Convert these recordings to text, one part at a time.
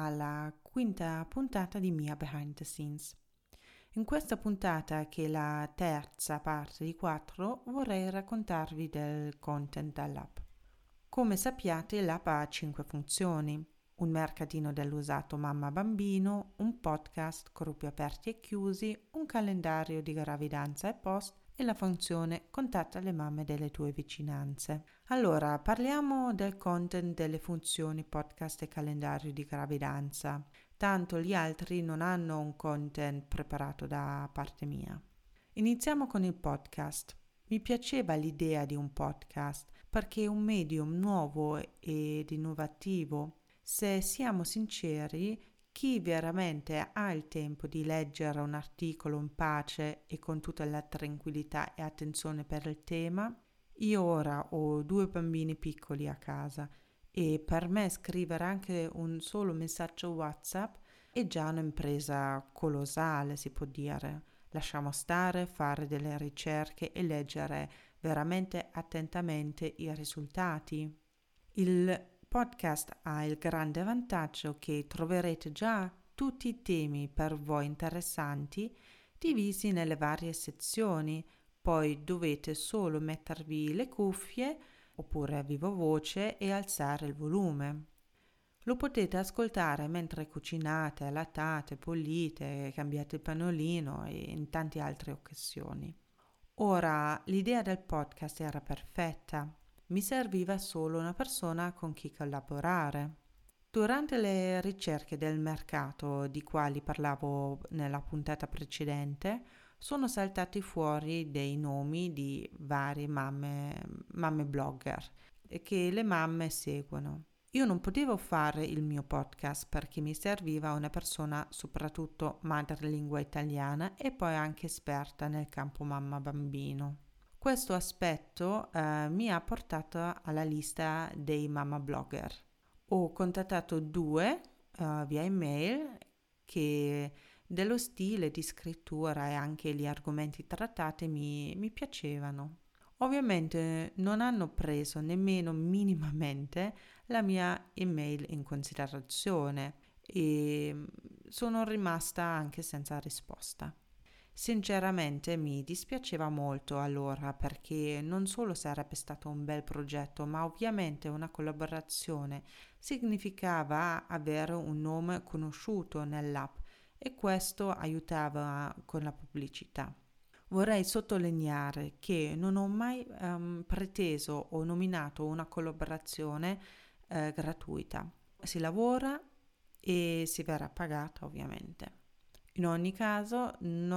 alla quinta puntata di Mia Behind the Scenes. In questa puntata, che è la terza parte di 4, vorrei raccontarvi del content dell'app. Come sappiate, l'app ha 5 funzioni: un mercatino dell'usato mamma-bambino, un podcast, gruppi aperti e chiusi, un calendario di gravidanza e post e la funzione contatta le mamme delle tue vicinanze. Allora, parliamo del content delle funzioni podcast e calendario di gravidanza. Tanto gli altri non hanno un content preparato da parte mia. Iniziamo con il podcast. Mi piaceva l'idea di un podcast perché è un medium nuovo ed innovativo. Se siamo sinceri, chi veramente ha il tempo di leggere un articolo in pace e con tutta la tranquillità e attenzione per il tema? Io ora ho 2 bambini piccoli a casa e per me scrivere anche un solo messaggio WhatsApp è già un'impresa colossale, si può dire. Lasciamo stare, fare delle ricerche e leggere veramente attentamente i risultati. Il podcast ha il grande vantaggio che troverete già tutti i temi per voi interessanti divisi nelle varie sezioni, poi dovete solo mettervi le cuffie oppure a viva voce e alzare il volume. Lo potete ascoltare mentre cucinate, allattate, pulite, cambiate il pannolino e in tante altre occasioni. Ora, l'idea del podcast era perfetta. Mi serviva solo una persona con chi collaborare. Durante le ricerche del mercato di quali parlavo nella puntata precedente, sono saltati fuori dei nomi di varie mamme blogger che le mamme seguono. Io non potevo fare il mio podcast perché mi serviva una persona soprattutto madrelingua italiana e poi anche esperta nel campo mamma-bambino. Questo aspetto mi ha portato alla lista dei mamma blogger. Ho contattato 2 via email che dello stile di scrittura e anche gli argomenti trattati mi piacevano. Ovviamente non hanno preso nemmeno minimamente la mia email in considerazione e sono rimasta anche senza risposta. Sinceramente mi dispiaceva molto allora perché non solo sarebbe stato un bel progetto, ma ovviamente una collaborazione significava avere un nome conosciuto nell'app e questo aiutava con la pubblicità. Vorrei sottolineare che non ho mai preteso o nominato una collaborazione gratuita. Si lavora e si verrà pagata ovviamente. In ogni caso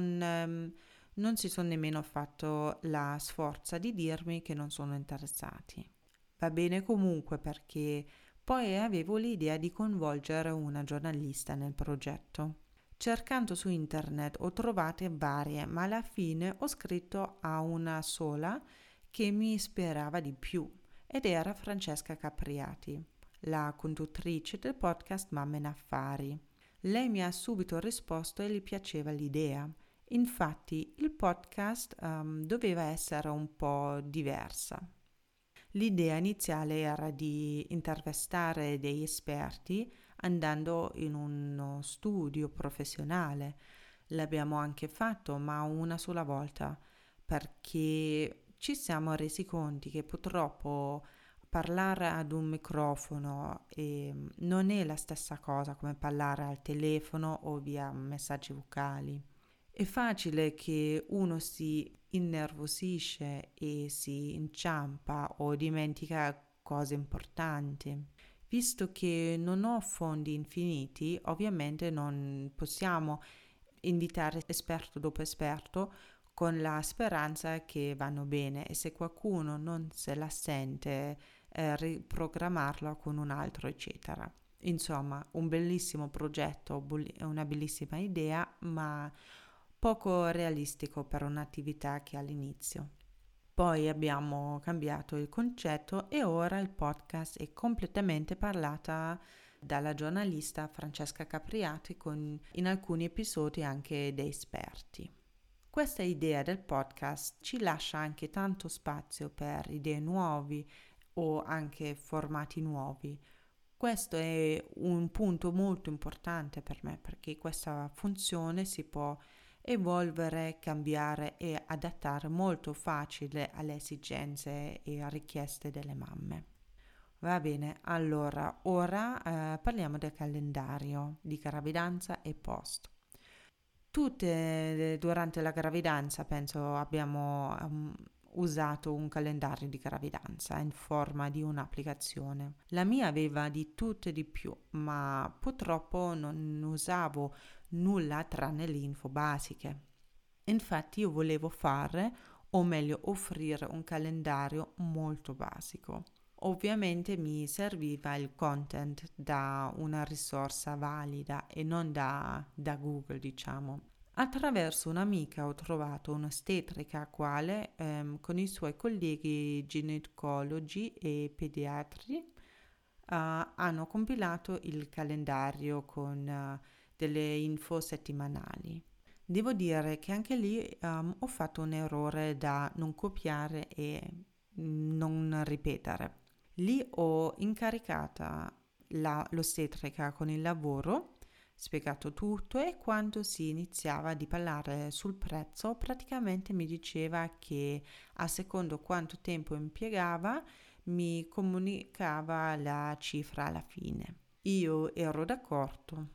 non si sono nemmeno fatto la sforza di dirmi che non sono interessati. Va bene comunque perché poi avevo l'idea di coinvolgere una giornalista nel progetto. Cercando su internet ho trovate varie, ma alla fine ho scritto a una sola che mi ispirava di più ed era Francesca Capriati, la conduttrice del podcast Mamme in Affari. Lei mi ha subito risposto e gli piaceva l'idea. Infatti il podcast doveva essere un po' diversa. L'idea iniziale era di intervistare degli esperti andando in uno studio professionale. L'abbiamo anche fatto, ma una sola volta, perché ci siamo resi conto che purtroppo parlare ad un microfono non è la stessa cosa come parlare al telefono o via messaggi vocali. È facile che uno si innervosisce e si inciampa o dimentica cose importanti. Visto che non ho fondi infiniti, ovviamente non possiamo invitare esperto dopo esperto con la speranza che vanno bene e se qualcuno non se la sente riprogrammarlo con un altro, eccetera. Insomma, un bellissimo progetto, una bellissima idea, ma poco realistico per un'attività che è all'inizio. Poi abbiamo cambiato il concetto e ora il podcast è completamente parlata dalla giornalista Francesca Capriati con in alcuni episodi anche dei esperti. Questa idea del podcast ci lascia anche tanto spazio per idee nuove o anche formati nuovi. Questo è un punto molto importante per me perché questa funzione si può evolvere, cambiare e adattare molto facile alle esigenze e richieste delle mamme. Va bene, allora ora parliamo del calendario di gravidanza e post. Tutte durante la gravidanza penso abbiamo usato un calendario di gravidanza in forma di un'applicazione. La mia aveva di tutto e di più, ma purtroppo non usavo nulla tranne le info basiche. Infatti io volevo fare, o meglio offrire un calendario molto basico. Ovviamente mi serviva il content da una risorsa valida e non da Google, diciamo. Attraverso un'amica ho trovato un'ostetrica quale con i suoi colleghi ginecologi e pediatri hanno compilato il calendario con delle info settimanali. Devo dire che anche lì ho fatto un errore da non copiare e non ripetere. Lì ho incaricata l'ostetrica con il lavoro, spiegato tutto e quando si iniziava di parlare sul prezzo praticamente mi diceva che a secondo quanto tempo impiegava mi comunicava la cifra alla fine. Io ero d'accordo,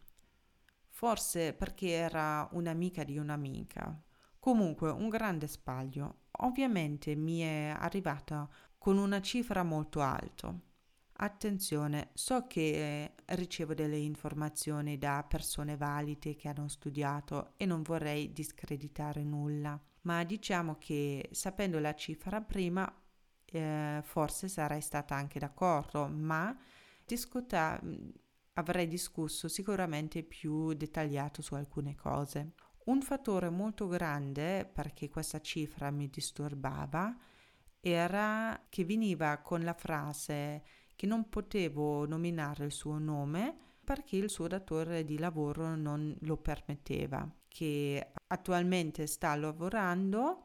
forse perché era un'amica di un'amica. Comunque un grande sbaglio. Ovviamente mi è arrivata con una cifra molto alta. Attenzione, so che ricevo delle informazioni da persone valide che hanno studiato e non vorrei discreditare nulla, ma diciamo che sapendo la cifra prima forse sarei stata anche d'accordo, ma discuta, avrei discusso sicuramente più dettagliato su alcune cose. Un fattore molto grande perché questa cifra mi disturbava era che veniva con la frase che non potevo nominare il suo nome perché il suo datore di lavoro non lo permetteva, che attualmente sta lavorando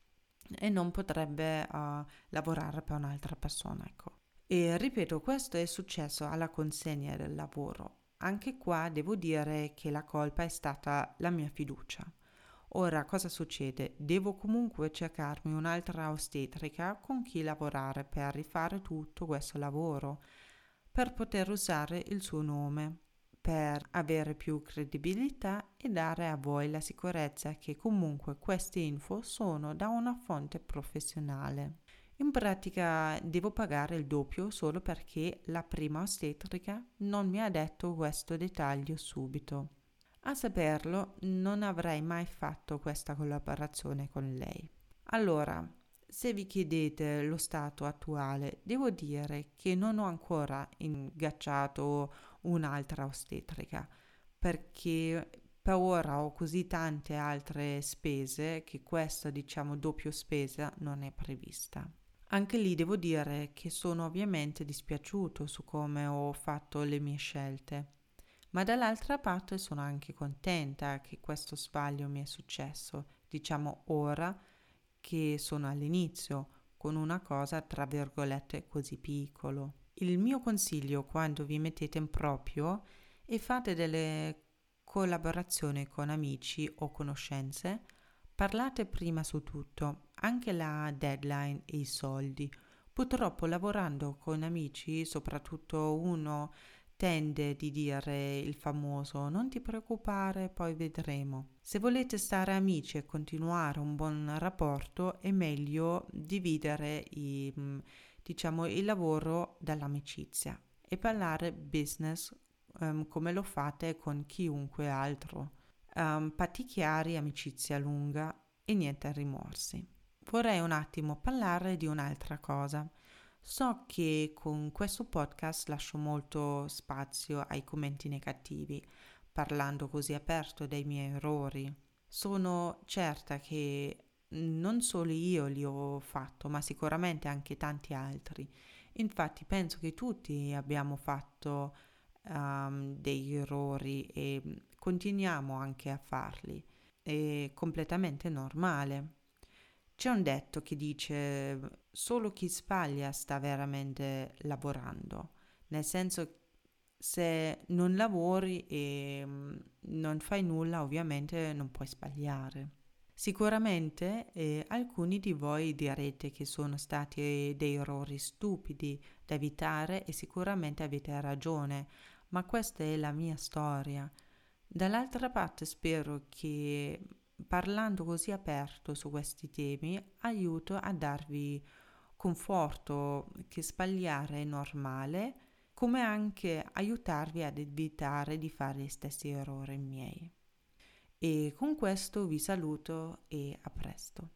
e non potrebbe lavorare per un'altra persona, ecco. E ripeto, questo è successo alla consegna del lavoro. Anche qua devo dire che la colpa è stata la mia fiducia. Ora cosa succede? Devo comunque cercarmi un'altra ostetrica con chi lavorare per rifare tutto questo lavoro, per poter usare il suo nome, per avere più credibilità e dare a voi la sicurezza che comunque queste info sono da una fonte professionale. In pratica devo pagare il doppio solo perché la prima ostetrica non mi ha detto questo dettaglio subito. A saperlo, non avrei mai fatto questa collaborazione con lei. Allora, se vi chiedete lo stato attuale, devo dire che non ho ancora ingaggiato un'altra ostetrica perché per ora ho così tante altre spese che questa, diciamo, doppia spesa non è prevista. Anche lì devo dire che sono ovviamente dispiaciuto su come ho fatto le mie scelte, ma dall'altra parte sono anche contenta che questo sbaglio mi è successo, diciamo ora che sono all'inizio, con una cosa tra virgolette così piccolo. Il mio consiglio quando vi mettete in proprio e fate delle collaborazioni con amici o conoscenze, parlate prima su tutto, anche la deadline e i soldi. Purtroppo lavorando con amici, soprattutto uno tende di dire il famoso non ti preoccupare, poi vedremo. Se volete stare amici e continuare un buon rapporto, è meglio dividere diciamo, il lavoro dall'amicizia e parlare business come lo fate con chiunque altro. Patti chiari, amicizia lunga e niente rimorsi. Vorrei un attimo parlare di un'altra cosa. So che con questo podcast lascio molto spazio ai commenti negativi, parlando così aperto dei miei errori. Sono certa che non solo io li ho fatto, ma sicuramente anche tanti altri. Infatti penso che tutti abbiamo fatto degli errori e continuiamo anche a farli. È completamente normale. C'è un detto che dice solo chi sbaglia sta veramente lavorando, nel senso Se non lavori e non fai nulla, ovviamente non puoi sbagliare. Sicuramente alcuni di voi direte che sono stati dei errori stupidi da evitare e sicuramente avete ragione, ma questa è la mia storia. Dall'altra parte spero che parlando così aperto su questi temi aiuto a darvi conforto che sbagliare è normale, come anche aiutarvi ad evitare di fare gli stessi errori miei. E con questo vi saluto e a presto.